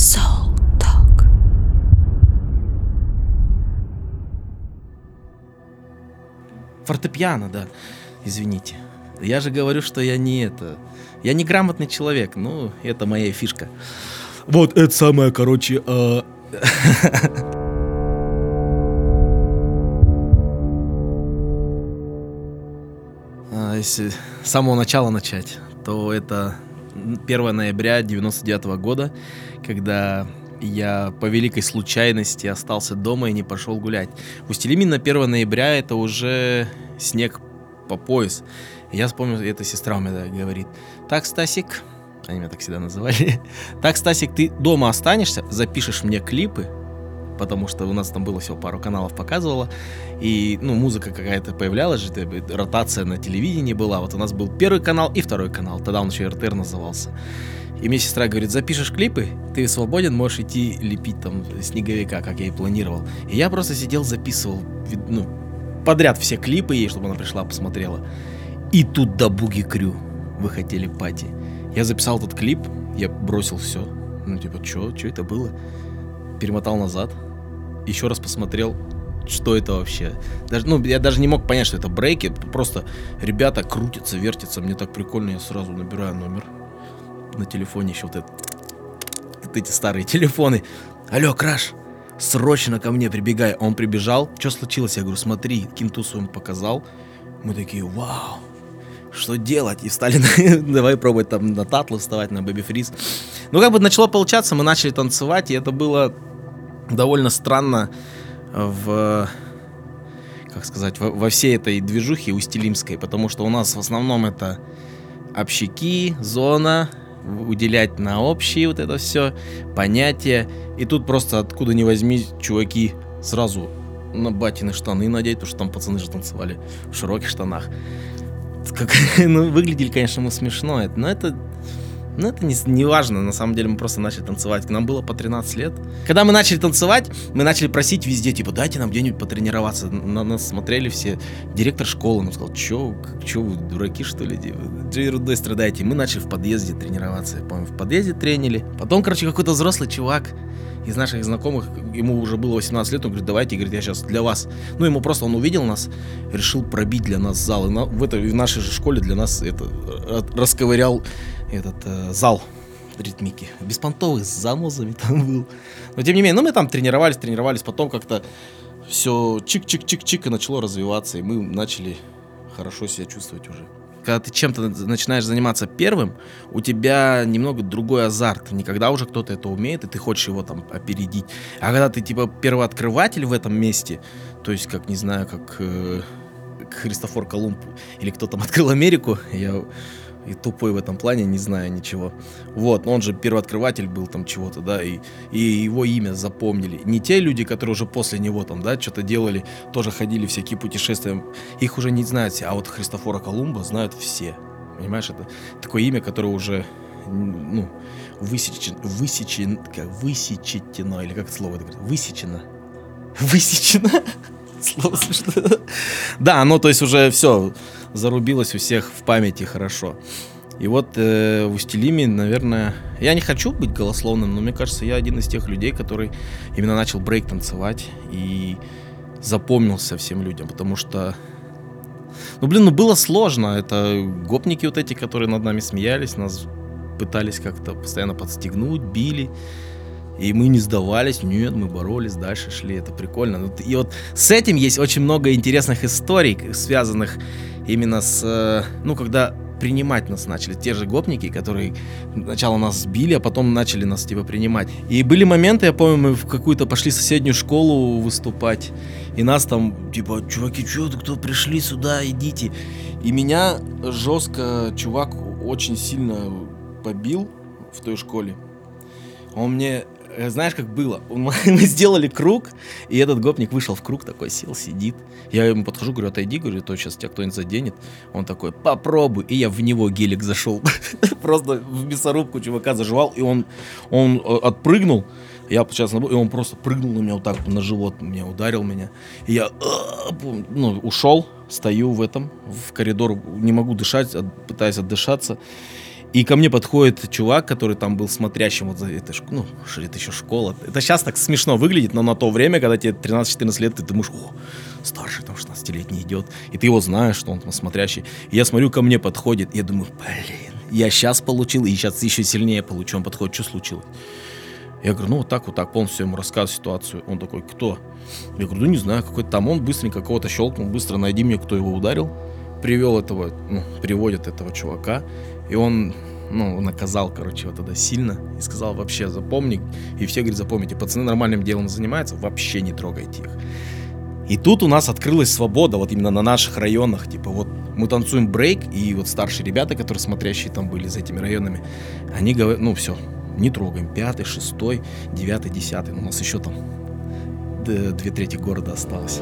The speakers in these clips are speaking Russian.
Soul Talk. Фортепиано, да. Извините. Я же говорю, что я не это. Я не грамотный человек. Ну, это моя фишка. Вот это самое, короче. Если с самого начала начать, то это 1 ноября 99 года, когда я по великой случайности остался дома и не пошел гулять. В Усть-Илимине на 1 ноября это уже снег по пояс. И я вспомнил, эта сестра у меня говорит: так, Стасик, они меня так всегда называли, так, Стасик, ты дома останешься, запишешь мне клипы, потому что у нас там было всего пару каналов показывало, и, музыка какая-то появлялась же, ротация на телевидении была, вот у нас был 1 канал и 2 канал, тогда он еще РТР назывался. И мне сестра говорит: запишешь клипы, ты свободен, можешь идти лепить там снеговика, как я и планировал. И я просто сидел, записывал, подряд все клипы ей, чтобы она пришла, посмотрела. И тут до Буги Крю вы хотели пати. Я записал этот клип, я бросил все. Что это было? Перемотал назад, еще раз посмотрел, что это вообще. Я даже не мог понять, что это брейки. Просто ребята крутятся, вертятся. Мне так прикольно, я сразу набираю номер на телефоне, еще вот эти старые телефоны. Алло, Краш, срочно ко мне прибегай. Он прибежал. Что случилось? Я говорю: смотри, кенту своему показал. Мы такие: вау, что делать? И встали, давай пробовать там на татлы вставать, на Baby Freeze. Начало получаться, мы начали танцевать, и это было довольно странно во всей этой движухе усть-илимской, потому что у нас в основном это общаки, зона, уделять на общие вот это все, понятия. И тут просто откуда ни возьми, чуваки сразу на батины штаны надеть, потому что там пацаны же танцевали в широких штанах. Выглядели, конечно, мы смешно, но это не важно, на самом деле мы просто начали танцевать. Нам было по 13 лет. Когда мы начали танцевать, мы начали просить везде, дайте нам где-нибудь потренироваться. На нас смотрели все. Директор школы нам сказал: чё вы, дураки, что ли? Ерундой страдаете. Мы начали в подъезде тренироваться. Я помню, в подъезде тренили. Потом, какой-то взрослый чувак из наших знакомых, ему уже было 18 лет, он говорит: давайте, я сейчас для вас. Он увидел нас, решил пробить для нас зал. И в нашей же школе для нас расковырял этот зал ритмики. Беспонтовый, с занозами там был. Но тем не менее, мы там тренировались, потом как-то все чик-чик-чик-чик и начало развиваться, и мы начали хорошо себя чувствовать уже. Когда ты чем-то начинаешь заниматься первым, у тебя немного другой азарт. Не когда уже кто-то это умеет, и ты хочешь его там опередить. А когда ты первооткрыватель в этом месте, то есть как Христофор Колумб или кто там открыл Америку, я и тупой в этом плане, не знаю ничего. Но он же первооткрыватель был там чего-то, да, и его имя запомнили. Не те люди, которые уже после него там, да, что-то делали, тоже ходили всякие путешествия, их уже не знают все, а вот Христофора Колумба знают все. Понимаешь, это такое имя, которое уже, высечено, или как это слово это говорит? Высечено. Слово смешное. Да, то есть уже все зарубилось у всех в памяти хорошо. И в Усть-Илиме, наверное, я не хочу быть голословным, но мне кажется, я один из тех людей, который именно начал брейк танцевать и запомнился всем людям, потому что было сложно. Это гопники вот эти, которые над нами смеялись, нас пытались как-то постоянно подстегнуть, били. И мы не сдавались, нет, мы боролись, дальше шли, это прикольно. И с этим есть очень много интересных историй, связанных именно с, когда принимать нас начали. Те же гопники, которые сначала нас сбили, а потом начали нас принимать. И были моменты, я помню, мы в какую-то пошли в соседнюю школу выступать, и нас там, чуваки, кто пришли сюда, идите. И меня жестко чувак очень сильно побил в той школе. Он мне... Знаешь, как было? Мы сделали круг, и этот гопник вышел в круг, такой сел, сидит. Я ему подхожу, говорю: отойди, то сейчас тебя кто-нибудь заденет. Он такой: попробуй. И я в него гелик зашел. Просто в мясорубку чувака заживал, и он отпрыгнул. Я сейчас, и он просто прыгнул на меня вот так, на живот ударил меня. И я ушел, стою в коридор, не могу дышать, пытаюсь отдышаться. И ко мне подходит чувак, который там был смотрящим вот за этой школой. Ну, это еще школа. Это сейчас так смешно выглядит, но на то время, когда тебе 13-14 лет, ты думаешь, о, старший там 16-летний идет. И ты его знаешь, что он там смотрящий. И я смотрю, ко мне подходит, и я думаю, блин, я сейчас получил, и сейчас еще сильнее получу. Он подходит, что случилось? Я говорю, ну вот так, полностью ему рассказываю ситуацию. Он такой, кто? Я говорю, ну не знаю, какой-то там. Он быстренько кого-то щелкнул, быстро найди мне, кто его ударил. Привел этого, приводит этого чувака. И он, наказал, короче, вот тогда сильно. И сказал, вообще запомни. И все, говорит, запомните, пацаны нормальным делом занимаются, вообще не трогайте их. И тут у нас открылась свобода, вот именно на наших районах. Типа вот мы танцуем брейк, и вот старшие ребята, которые смотрящие там были за этими районами, они говорят, все, не трогаем. 5-й, 6-й, 9-й, 10-й. У нас еще там 2/3 города осталось.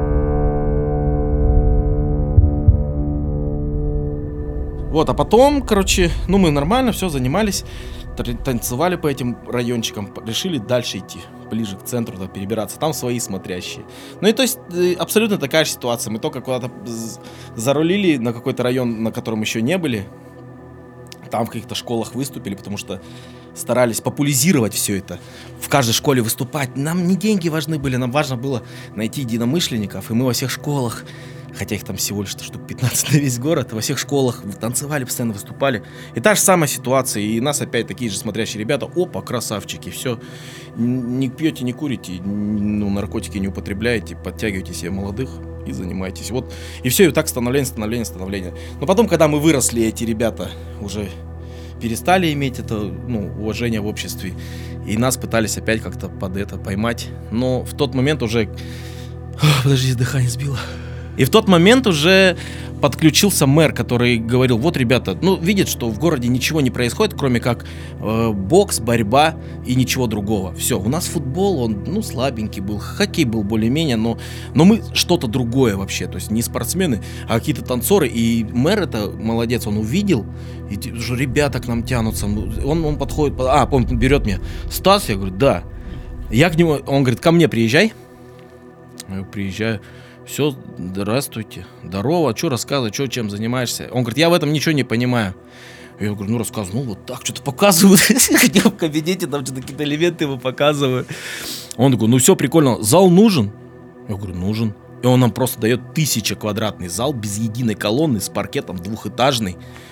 Вот, а потом, короче, мы нормально все занимались, танцевали по этим райончикам, решили дальше идти, ближе к центру, перебираться, там свои смотрящие. Ну и то есть абсолютно такая же ситуация, мы только куда-то зарулили на какой-то район, на котором еще не были, там в каких-то школах выступили, потому что старались популяризировать все это, в каждой школе выступать. Нам не деньги важны были, нам важно было найти единомышленников, и мы во всех школах, хотя их там всего лишь штук 15 на весь город, во всех школах танцевали, постоянно выступали. И та же самая ситуация, и нас опять такие же смотрящие ребята, опа, красавчики, все, не пьете, не курите, наркотики не употребляете, подтягивайте себе молодых и занимайтесь. Вот, и все, и так становление. Но потом, когда мы выросли, эти ребята уже перестали иметь это, уважение в обществе, и нас пытались опять как-то под это поймать. Но в тот момент уже... Подожди, дыхание сбило. И в тот момент уже подключился мэр, который говорил, вот, ребята, видит, что в городе ничего не происходит, кроме как бокс, борьба и ничего другого. Все, у нас футбол, он, слабенький был, хоккей был более-менее, но мы что-то другое вообще, то есть не спортсмены, а какие-то танцоры. И мэр это молодец, он увидел, и ребята к нам тянутся, он подходит, он берет меня, Стас, я говорю, да. Я к нему, он говорит, ко мне приезжай. Я приезжаю. Все, здравствуйте, здорово, что рассказывай, чем занимаешься? Он говорит, я в этом ничего не понимаю. Я говорю, рассказывай, вот так, что-то показывают. В кабинете там что-то какие-то элементы ему показывают. Он такой, все прикольно, зал нужен? Я говорю, нужен. И он нам просто дает 1000-квадратный зал без единой колонны, с паркетом, двухэтажный.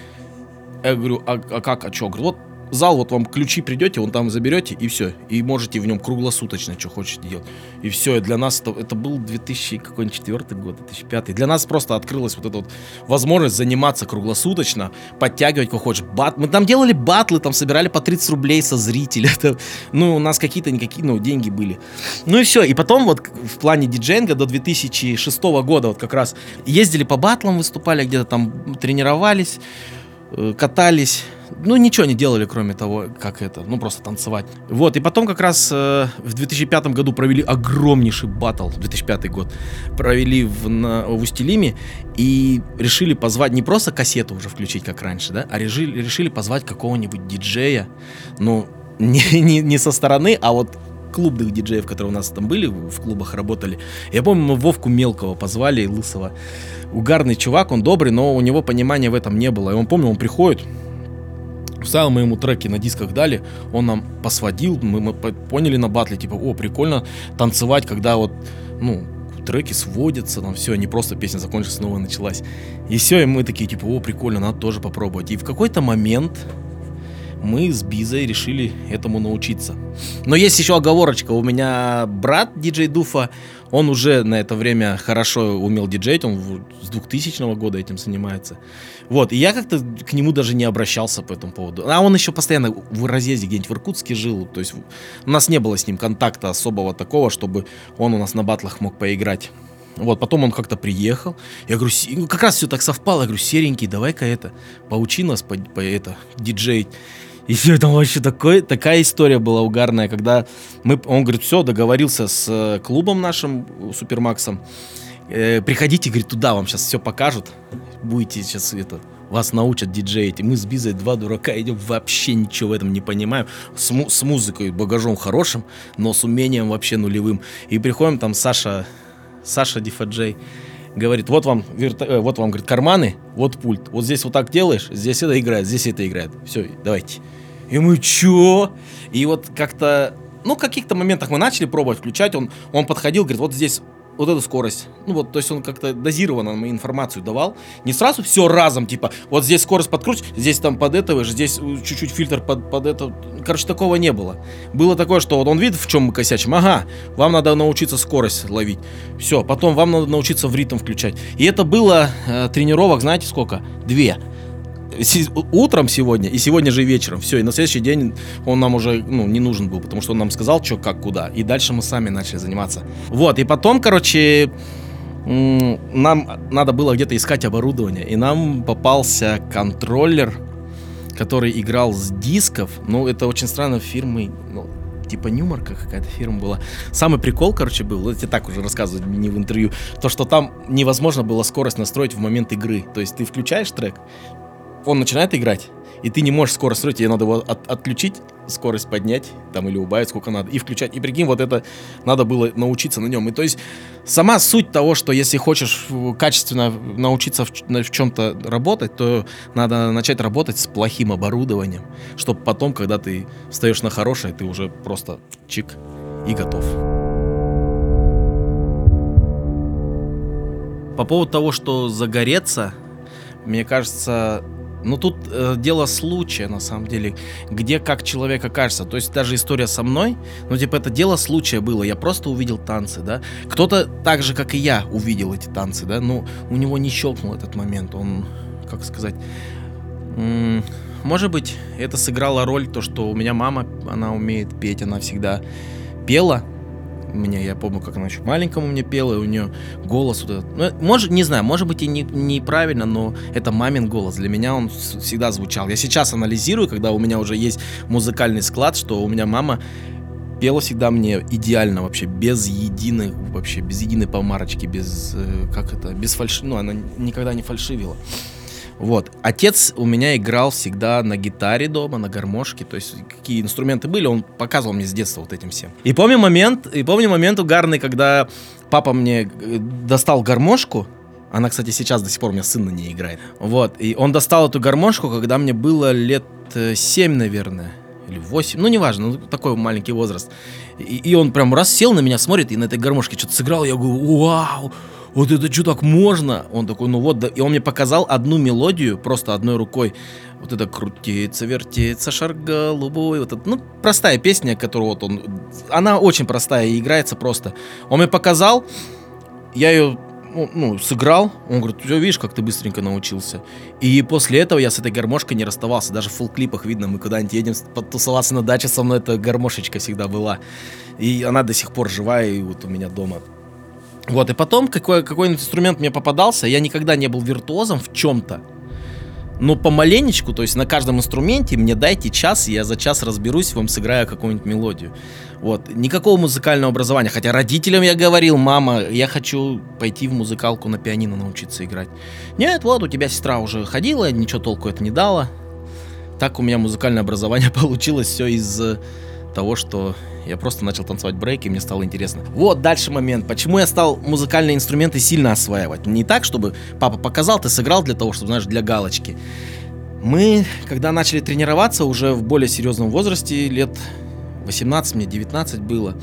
Я говорю, а как, а что? Говорю, вот зал, вот вам ключи придете, вон там заберете, и все. И можете в нем круглосуточно, что хотите делать. И все, и для нас это был 2004 год, 2005. Для нас просто открылась вот эта вот возможность заниматься круглосуточно, подтягивать, как хочешь. Мы там делали батлы, там собирали по 30 рублей со зрителя. Это, у нас какие-то никакие, деньги были. И все. И потом вот в плане диджеинга до 2006 года вот как раз ездили по батлам, выступали, где-то там тренировались, катались. Ничего не делали, кроме того, как это, просто танцевать. Вот, и потом как раз в 2005 году провели огромнейший баттл, 2005 год, провели в Устилиме и решили позвать, не просто кассету уже включить, как раньше, да, а решили позвать какого-нибудь диджея, не со стороны, а вот клубных диджеев, которые у нас там были, в клубах работали. Я помню, мы Вовку Мелкого позвали, Лысого. Угарный чувак, он добрый, но у него понимания в этом не было. И он, помню, он приходит, вставил, мы ему треки на дисках дали, он нам посводил, мы поняли на батле, типа, прикольно танцевать, когда вот, треки сводятся, там все, не просто песня закончилась, снова началась. И все, и мы такие, типа, прикольно, надо тоже попробовать. И в какой-то момент мы с Бизой решили этому научиться. Но есть еще оговорочка. У меня брат, диджей Дуфа, он уже на это время хорошо умел диджеить, он с 2000 года этим занимается. Вот, и я как-то к нему даже не обращался по этому поводу. А он еще постоянно в разъезде где-нибудь в Иркутске жил, то есть у нас не было с ним контакта особого такого, чтобы он у нас на батлах мог поиграть. Вот, потом он как-то приехал, я говорю, как раз все так совпало, я говорю, серенький, давай-ка поучи нас по диджеить. И все, там вообще такая история была угарная, когда он говорит, все, договорился с клубом нашим, Супермаксом, приходите, говорит, туда, вам сейчас все покажут, будете сейчас вас научат диджеить. И мы с Бизой, два дурака, идем, вообще ничего в этом не понимаем, с музыкой, багажом хорошим, но с умением вообще нулевым. И приходим, там Саша Дифаджей, говорит, вот вам, говорит, карманы, вот пульт. Вот здесь вот так делаешь, здесь это играет, здесь это играет. Все, давайте. И мы, чё? И вот как-то, в каких-то моментах мы начали пробовать включать. Он подходил, говорит, вот здесь вот эту скорость. То есть он как-то дозированно нам информацию давал. Не сразу все разом, типа, вот здесь скорость подкручь, здесь там под этого же, здесь чуть-чуть фильтр под это. Короче, такого не было. Было такое, что вот он видит, в чем мы косячим. Ага, вам надо научиться скорость ловить. Все, потом вам надо научиться в ритм включать. И это было тренировок, знаете сколько? 2. Утром сегодня и сегодня же вечером. Все, и на следующий день он нам уже не нужен был, потому что он нам сказал, что, как, куда. И дальше мы сами начали заниматься. Вот, и потом, короче, нам надо было где-то искать оборудование. И нам попался контроллер, который играл с дисков. Это очень странно, фирмы, типа Ньюмарка какая-то фирма была. Самый прикол, короче, был, я так уже рассказываю, не в интервью, то, что там невозможно было скорость настроить в момент игры. То есть ты включаешь трек, он начинает играть, и ты не можешь скорость строить, тебе надо его отключить, скорость поднять, там, или убавить, сколько надо, и включать. И прикинь, вот это надо было научиться на нем. И то есть сама суть того, что если хочешь качественно научиться в чем-то работать, то надо начать работать с плохим оборудованием, чтобы потом, когда ты встаешь на хорошее, ты уже просто чик и готов. По поводу того, что загореться, мне кажется, тут дело случая, на самом деле, где как человек окажется. То есть даже история со мной, это дело случая было. Я просто увидел танцы, да. Кто-то так же, как и я, увидел эти танцы, да. У него не щелкнул этот момент. Он, как сказать, может быть, это сыграло роль, то, что у меня мама, она умеет петь, она всегда пела. Я помню, как она еще маленькому мне пела, и у нее голос вот этот. Может, не знаю, может быть и неправильно, но это мамин голос. Для меня он всегда звучал. Я сейчас анализирую, когда у меня уже есть музыкальный склад, что у меня мама пела всегда мне идеально вообще, без единой помарочки, без она никогда не фальшивила. Вот. Отец у меня играл всегда на гитаре дома, на гармошке, то есть какие инструменты были, он показывал мне с детства вот этим всем. И помню момент угарный, когда папа мне достал гармошку. Она, кстати, сейчас до сих пор у меня сын на ней играет. Вот. И он достал эту гармошку, когда мне было лет 7, наверное. Или 8, неважно, такой маленький возраст. И он прям раз сел на меня, смотрит, и на этой гармошке что-то сыграл. Я говорю, вау! Вот это что, так можно? Он такой, да. И он мне показал одну мелодию, просто одной рукой. Вот это крутится, вертится, шар голубой. Вот это, простая песня, которую она очень простая и играется просто. Он мне показал, я ее, сыграл. Он говорит, все, видишь, как ты быстренько научился. И после этого я с этой гармошкой не расставался. Даже в фулл-клипах видно, мы куда-нибудь едем потусоваться на даче, со мной эта гармошечка всегда была. И она до сих пор живая, и вот у меня дома. Вот, и потом какой-нибудь инструмент мне попадался, я никогда не был виртуозом в чем-то, но помаленечку, то есть на каждом инструменте мне дайте час, и я за час разберусь, вам сыграю какую-нибудь мелодию. Вот, никакого музыкального образования, хотя родителям я говорил, мама, я хочу пойти в музыкалку на пианино научиться играть. Нет, вот, у тебя сестра уже ходила, ничего толку это не дало. Так у меня музыкальное образование получилось все из того, что я просто начал танцевать брейк, и мне стало интересно. Вот дальше момент. Почему я стал музыкальные инструменты сильно осваивать? Не так, чтобы папа показал, ты сыграл для того, чтобы, знаешь, для галочки. Мы, когда начали тренироваться уже в более серьезном возрасте, лет 18, мне 19 было,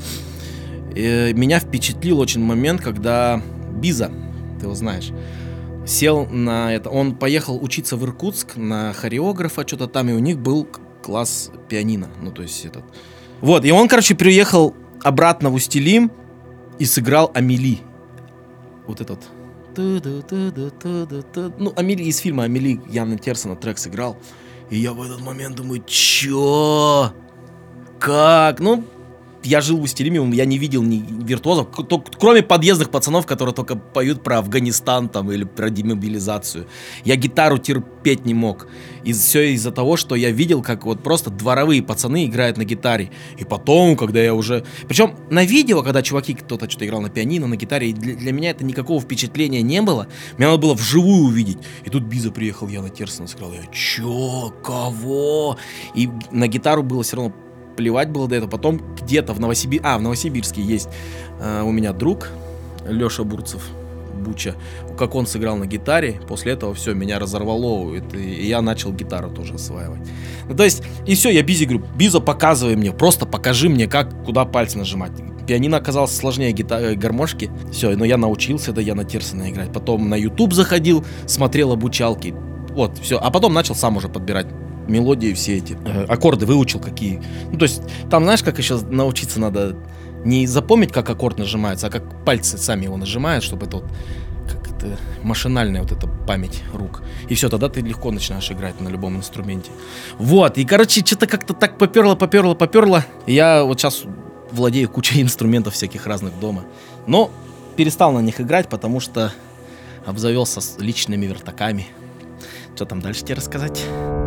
меня впечатлил очень момент, когда Биза, ты его знаешь, сел на это. Он поехал учиться в Иркутск на хореографа, что-то там, и у них был класс пианино. То есть этот... Вот, и он, приехал обратно в Усть-Илим и сыграл Амели. Вот этот. Амели из фильма Амели Яна Терсона трек сыграл. И я в этот момент думаю, чё? Как? Я жил в Усть-Илиме, я не видел ни виртуозов, кроме подъездных пацанов, которые только поют про Афганистан там, или про демобилизацию. Я гитару терпеть не мог. И все из-за того, что я видел, как вот просто дворовые пацаны играют на гитаре. И потом, когда я уже... Причем на видео, когда чуваки, кто-то что-то играл на пианино, на гитаре, для меня это никакого впечатления не было. Мне надо было вживую увидеть. И тут Биза приехал, Яна Терсона сыграл. Я, чё? Кого? И на гитару было все равно плевать было до этого. Потом где-то в Новосибирске есть у меня друг Леша Бурцев, Буча, как он сыграл на гитаре, после этого все, меня разорвало, и я начал гитару тоже осваивать. Ну, то есть, и все, я Бизе говорю, Биза, показывай мне, просто покажи мне, куда пальцы нажимать. Пианино оказалось сложнее гармошки. Все, но я научился, да, я натерся играть. Потом на YouTube заходил, смотрел обучалки. Вот, все. А потом начал сам уже подбирать мелодии все эти. Аккорды выучил какие. Ну, то есть, там, знаешь, как еще научиться надо не запомнить, как аккорд нажимается, а как пальцы сами его нажимают, чтобы это вот, как это, машинальная вот эта память рук. И все, тогда ты легко начинаешь играть на любом инструменте. Вот, и, короче, что-то как-то так поперло. И я вот сейчас владею кучей инструментов всяких разных дома. Но перестал на них играть, потому что обзавелся с личными вертаками. Что там дальше тебе рассказать?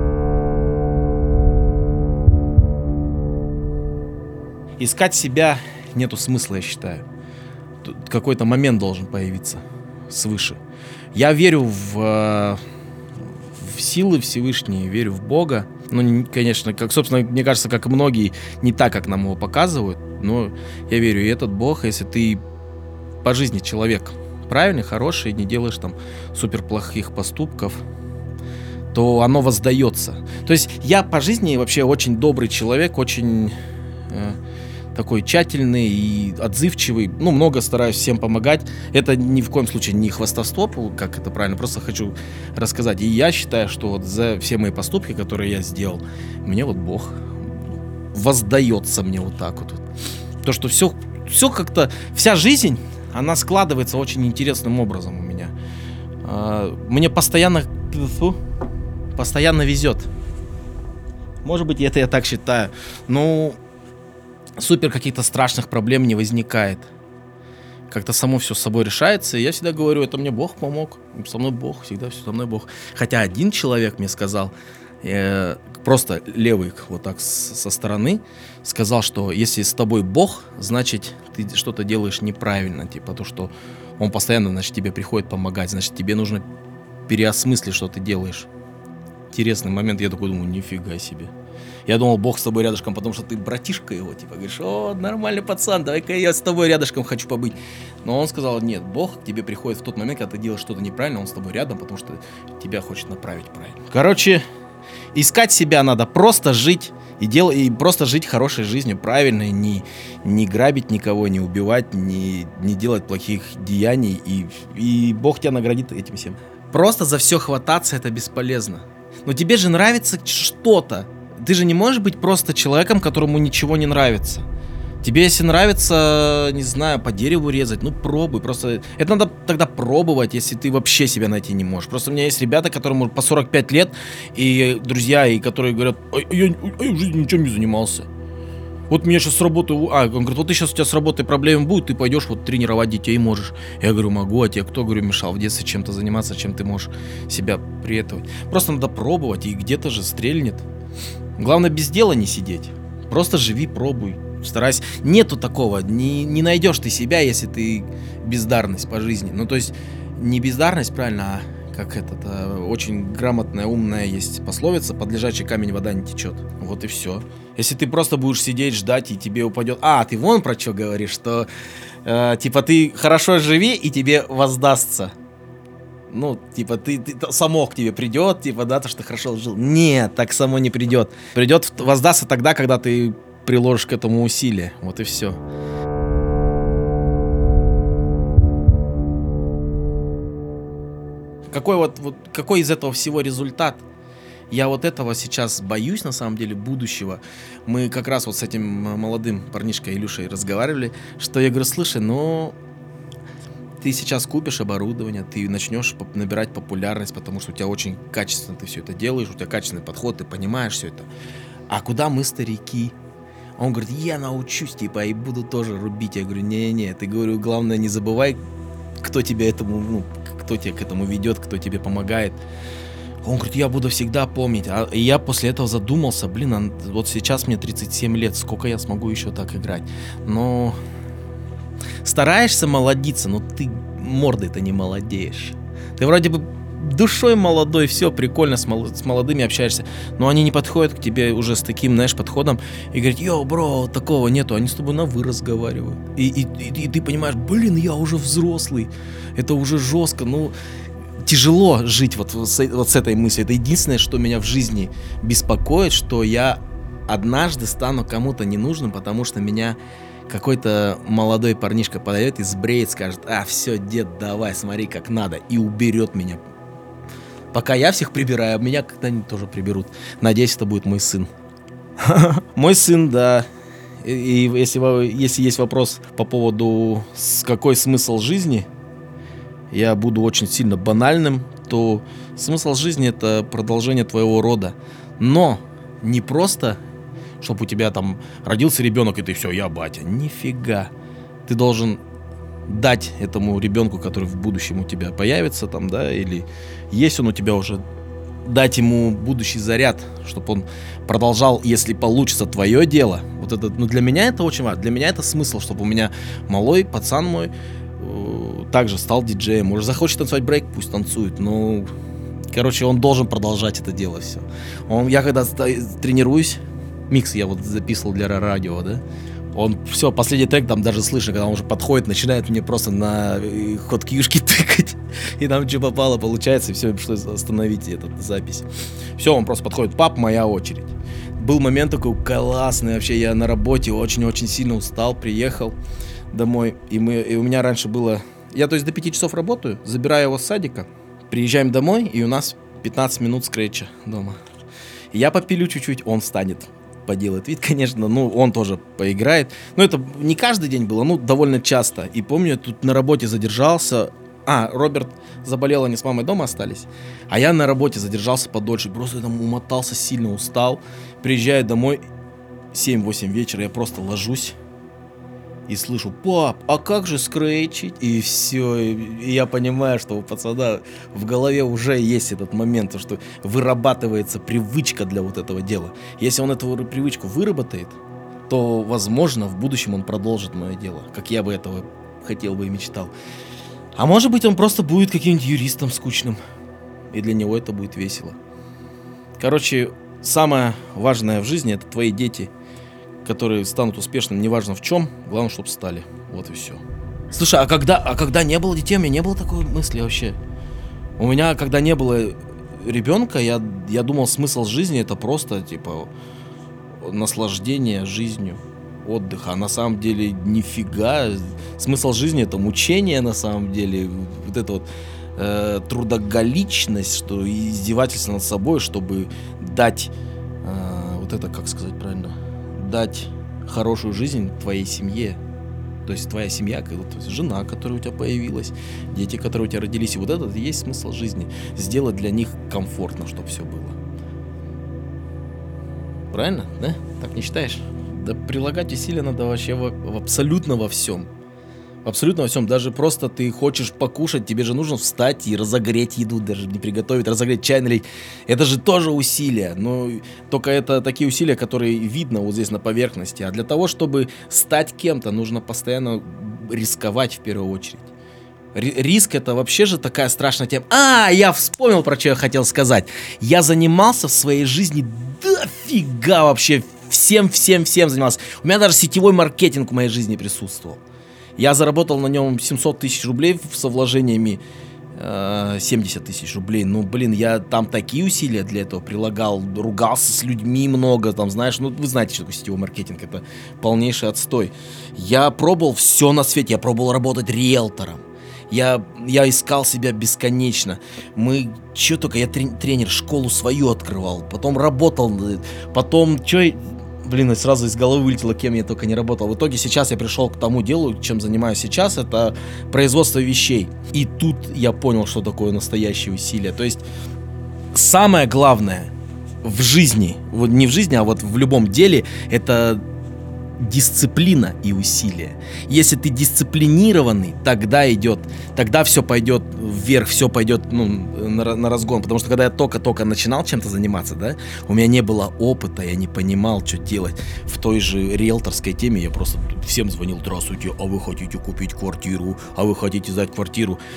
Искать себя нету смысла, я считаю. Тут какой-то момент должен появиться свыше. Я верю в силы Всевышние, верю в Бога. Ну, конечно, как, собственно, мне кажется, как и многие, не так, как нам его показывают. Но я верю, и этот Бог, если ты по жизни человек правильный, хороший, не делаешь там супер плохих поступков, то оно воздается. То есть я по жизни вообще очень добрый человек, очень такой тщательный и отзывчивый. Ну, много стараюсь всем помогать. Это ни в коем случае не хвастовство, как это правильно, просто хочу рассказать. И я считаю, что вот за все мои поступки, которые я сделал, мне вот Бог воздается мне вот так вот. То, что все как-то, вся жизнь, она складывается очень интересным образом у меня. Мне постоянно везет. Может быть, это я так считаю. Но супер каких-то страшных проблем не возникает. Как-то само все с собой решается. И я всегда говорю, это мне Бог помог. Со мной Бог, всегда все со мной Бог. Хотя один человек мне сказал, просто левый вот так со стороны, сказал, что если с тобой Бог, значит ты что-то делаешь неправильно. Типа то, что он постоянно, значит, тебе приходит помогать. Значит, тебе нужно переосмыслить, что ты делаешь. Интересный момент, я такой думаю, нифига себе. Я думал, Бог с тобой рядышком, потому что ты братишка его, типа, говоришь, о, нормальный пацан, давай-ка я с тобой рядышком хочу побыть. Но он сказал, нет, Бог к тебе приходит в тот момент, когда ты делаешь что-то неправильно, он с тобой рядом, потому что тебя хочет направить правильно. Короче, искать себя надо, просто жить и просто жить хорошей жизнью, правильной, не грабить никого, не убивать, не делать плохих деяний, и Бог тебя наградит этим всем. Просто за все хвататься — это бесполезно. Но тебе же нравится что-то. Ты же не можешь быть просто человеком, которому ничего не нравится. Тебе, если нравится, не знаю, по дереву резать, ну пробуй. Просто это надо тогда пробовать, если ты вообще себя найти не можешь. Просто у меня есть ребята, которым по 45 лет, и друзья, и которые говорят, я в жизни ничем не занимался. Вот меня сейчас с работы... он говорит, вот ты сейчас, у тебя с работой проблемы будут, ты пойдешь вот тренировать детей можешь. Я говорю, могу, а тебе кто, говорю, мешал в детстве чем-то заниматься, чем ты можешь себя приэтовать. Просто надо пробовать, и где-то же стрельнет. Главное, без дела не сидеть. Просто живи, пробуй, старайся. Нету такого, не найдешь ты себя, если ты бездарность по жизни. Ну, то есть, не бездарность, правильно, а как очень грамотная, умная есть пословица, под лежачий камень вода не течет. Вот и все. Если ты просто будешь сидеть, ждать, и тебе упадет... ты вон про что говоришь, что типа ты хорошо живи, и тебе воздастся. Ну, типа, ты само к тебе придет, типа, да, то, что ты хорошо жил. Нет, так само не придет. Придет, воздастся тогда, когда ты приложишь к этому усилия. Вот и все. Какой из этого всего результат? Я вот этого сейчас боюсь, на самом деле, будущего. Мы как раз вот с этим молодым парнишкой Илюшей разговаривали, что я говорю, слушай, ты сейчас купишь оборудование, ты начнешь набирать популярность, потому что у тебя очень качественно ты все это делаешь, у тебя качественный подход, ты понимаешь все это. А куда мы, старики? Он говорит, я научусь, типа, и буду тоже рубить. Я говорю, не-не-не, ты, говорю, главное, не забывай, кто тебя кто тебя к этому ведет, кто тебе помогает. Он говорит, я буду всегда помнить. И я после этого задумался, вот сейчас мне 37 лет, сколько я смогу еще так играть? Но стараешься молодиться, но ты мордой-то не молодеешь. Ты вроде бы душой молодой, все прикольно, с молодыми общаешься, но они не подходят к тебе уже с таким, знаешь, подходом и говорят: йоу, бро, такого нету, они с тобой на «вы» разговаривают. И ты понимаешь: блин, я уже взрослый, это уже жестко, ну, тяжело жить вот с этой мыслью. Это единственное, что меня в жизни беспокоит, что я однажды стану кому-то ненужным, потому что меня какой-то молодой парнишка подойдет и сбреет, скажет: а, все, дед, давай, смотри, как надо, и уберет меня. Пока я всех прибираю, меня когда-нибудь тоже приберут. Надеюсь, это будет мой сын. Мой сын, да. И если есть вопрос по поводу, какой смысл жизни, я буду очень сильно банальным, то смысл жизни — это продолжение твоего рода. Но не просто, чтобы у тебя там родился ребенок, и ты все, я батя. Нифига. Ты должен дать этому ребенку, который в будущем у тебя появится, там, да, или есть он у тебя уже, дать ему будущий заряд, чтобы он продолжал, если получится твое дело. Вот это, ну, для меня это очень важно. Для меня это смысл, чтобы у меня малой пацан мой также стал диджеем. Может, захочет танцевать брейк, пусть танцует. Ну, короче, он должен продолжать это дело все. Я когда тренируюсь, микс я вот записывал для радио, да, он все, последний трек там даже слышно, когда он уже подходит, начинает мне просто на ход кьюшки тыкать, и там что попало получается, и все, пришлось остановить эту запись. Все, он просто подходит: пап, моя очередь. Был момент такой классный, вообще я на работе очень-очень сильно устал, приехал домой, и у меня раньше было, я, то есть, до 5 часов работаю, забираю его с садика, приезжаем домой, и у нас 15 минут скретча дома. Я попилю чуть-чуть, он встанет, поделает вид, конечно, ну, он тоже поиграет. Но это не каждый день было, ну, довольно часто. И помню, я тут на работе задержался. Роберт заболел, они с мамой дома остались. А я на работе задержался подольше, просто там умотался, сильно устал. Приезжаю домой, 7-8 вечера, я просто ложусь и слышу: пап, а как же скретчить? И все, и я понимаю, что у пацана в голове уже есть этот момент, что вырабатывается привычка для вот этого дела. Если он эту привычку выработает, то, возможно, в будущем он продолжит мое дело, как я бы этого хотел бы и мечтал. А может быть, он просто будет каким-нибудь юристом скучным, и для него это будет весело. Короче, самое важное в жизни — это твои дети, которые станут успешными, неважно в чем, главное, чтобы стали. Вот и все. Слушай, а когда не было детей, у меня не было такой мысли вообще. У меня, когда не было ребенка, я думал, смысл жизни — это просто, типа, наслаждение жизнью, отдых. А на самом деле нифига. Смысл жизни — это мучение, на самом деле. Вот это вот трудоголичность, что издевательство над собой, чтобы дать, вот это, как сказать правильно, дать хорошую жизнь твоей семье. То есть твоя семья, то есть жена, которая у тебя появилась, дети, которые у тебя родились. И вот это и есть смысл жизни. Сделать для них комфортно, чтобы все было. Правильно, да? Так не считаешь? Да прилагать усилия надо вообще абсолютно во всем. Абсолютно во всем. Даже просто ты хочешь покушать, тебе же нужно встать и разогреть еду, даже не приготовить, разогреть чай налить. Это же тоже усилия. Но только это такие усилия, которые видно вот здесь на поверхности. А для того, чтобы стать кем-то, нужно постоянно рисковать в первую очередь. Риск — это вообще же такая страшная тема. Я вспомнил, про что я хотел сказать. Я занимался в своей жизни дофига вообще. Всем занимался. У меня даже сетевой маркетинг в моей жизни присутствовал. Я заработал на нем 700 тысяч рублей со вложениями 70 тысяч рублей. Ну, блин, я там такие усилия для этого прилагал, ругался с людьми много, там, знаешь, ну, вы знаете, что такое сетевой маркетинг, это полнейший отстой. Я пробовал все на свете, я пробовал работать риэлтором. Я искал себя бесконечно. Я тренер, школу свою открывал, потом работал, потом, сразу из головы вылетело, кем я только не работал. В итоге сейчас я пришел к тому делу, чем занимаюсь сейчас, это производство вещей. И тут я понял, что такое настоящее усилие. То есть самое главное в жизни, вот не в жизни, а вот в любом деле, это дисциплина и усилия. Если ты дисциплинированный, тогда все пойдет вверх, все пойдет на разгон. Потому что когда я только начинал чем-то заниматься, да, у меня не было опыта, я не понимал, что делать. В той же риэлторской теме я просто всем звонил: здравствуйте, а вы хотите купить квартиру, а вы хотите сдать квартиру.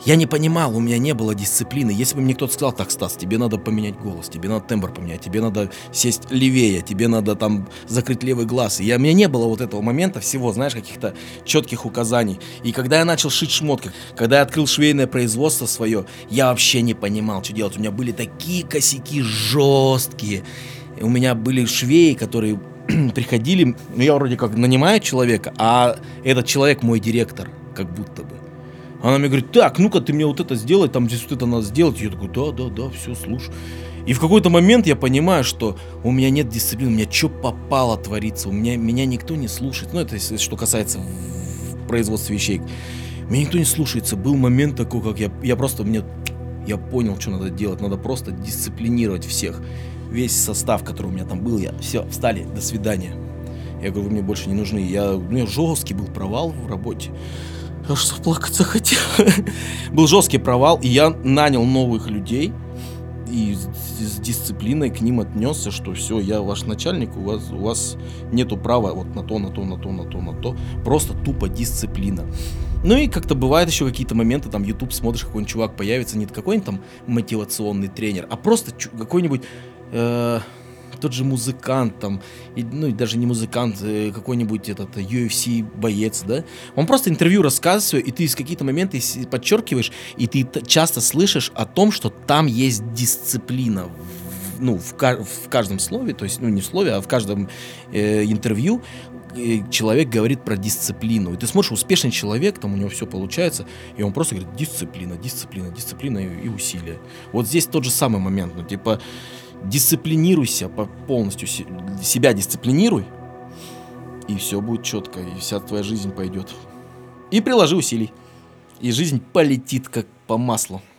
Я не понимал, у меня не было дисциплины. Если бы мне кто-то сказал: так, Стас, тебе надо поменять голос, тебе надо тембр поменять, тебе надо сесть левее, тебе надо там закрыть левый глаз. У меня не было вот этого момента всего, знаешь, каких-то четких указаний. И когда я начал шить шмотки, когда я открыл швейное производство свое, я вообще не понимал, что делать. У меня были такие косяки жесткие. У меня были швеи, которые приходили, ну, я вроде как нанимаю человека, а этот человек мой директор, как будто бы. Она мне говорит: так, ну-ка ты мне вот это сделай, там здесь вот это надо сделать. Я такой: да, все, слушай. И в какой-то момент я понимаю, что у меня нет дисциплины, у меня что попало творится, меня никто не слушает. Ну, это если что касается в производстве вещей. Меня никто не слушается. Был момент такой, как я понял, что надо делать. Надо просто дисциплинировать всех. Весь состав, который у меня там был, все, встали, до свидания. Я говорю: вы мне больше не нужны. У меня жесткий был провал в работе. Аж плакать захотел. Был жесткий провал, и я нанял новых людей и с дисциплиной к ним отнесся, что все, я ваш начальник, у вас нету права вот на то. Просто тупо дисциплина. Ну и как-то бывает еще какие-то моменты, там YouTube смотришь, какой-нибудь чувак появится, не какой-нибудь там мотивационный тренер, а просто какой-нибудь тот же музыкант там, ну и даже не музыкант, какой-нибудь этот UFC боец, да, он просто интервью рассказывает, и ты из каких-то моменты подчеркиваешь, и ты часто слышишь о том, что там есть дисциплина, в каждом слове, то есть, ну не в слове, а в каждом интервью человек говорит про дисциплину. И ты смотришь, успешный человек, там у него все получается, и он просто говорит: дисциплина и усилия. Вот здесь тот же самый момент, ну типа дисциплинируйся полностью, себя дисциплинируй, и все будет четко, и вся твоя жизнь пойдет. И приложи усилий, и жизнь полетит как по маслу.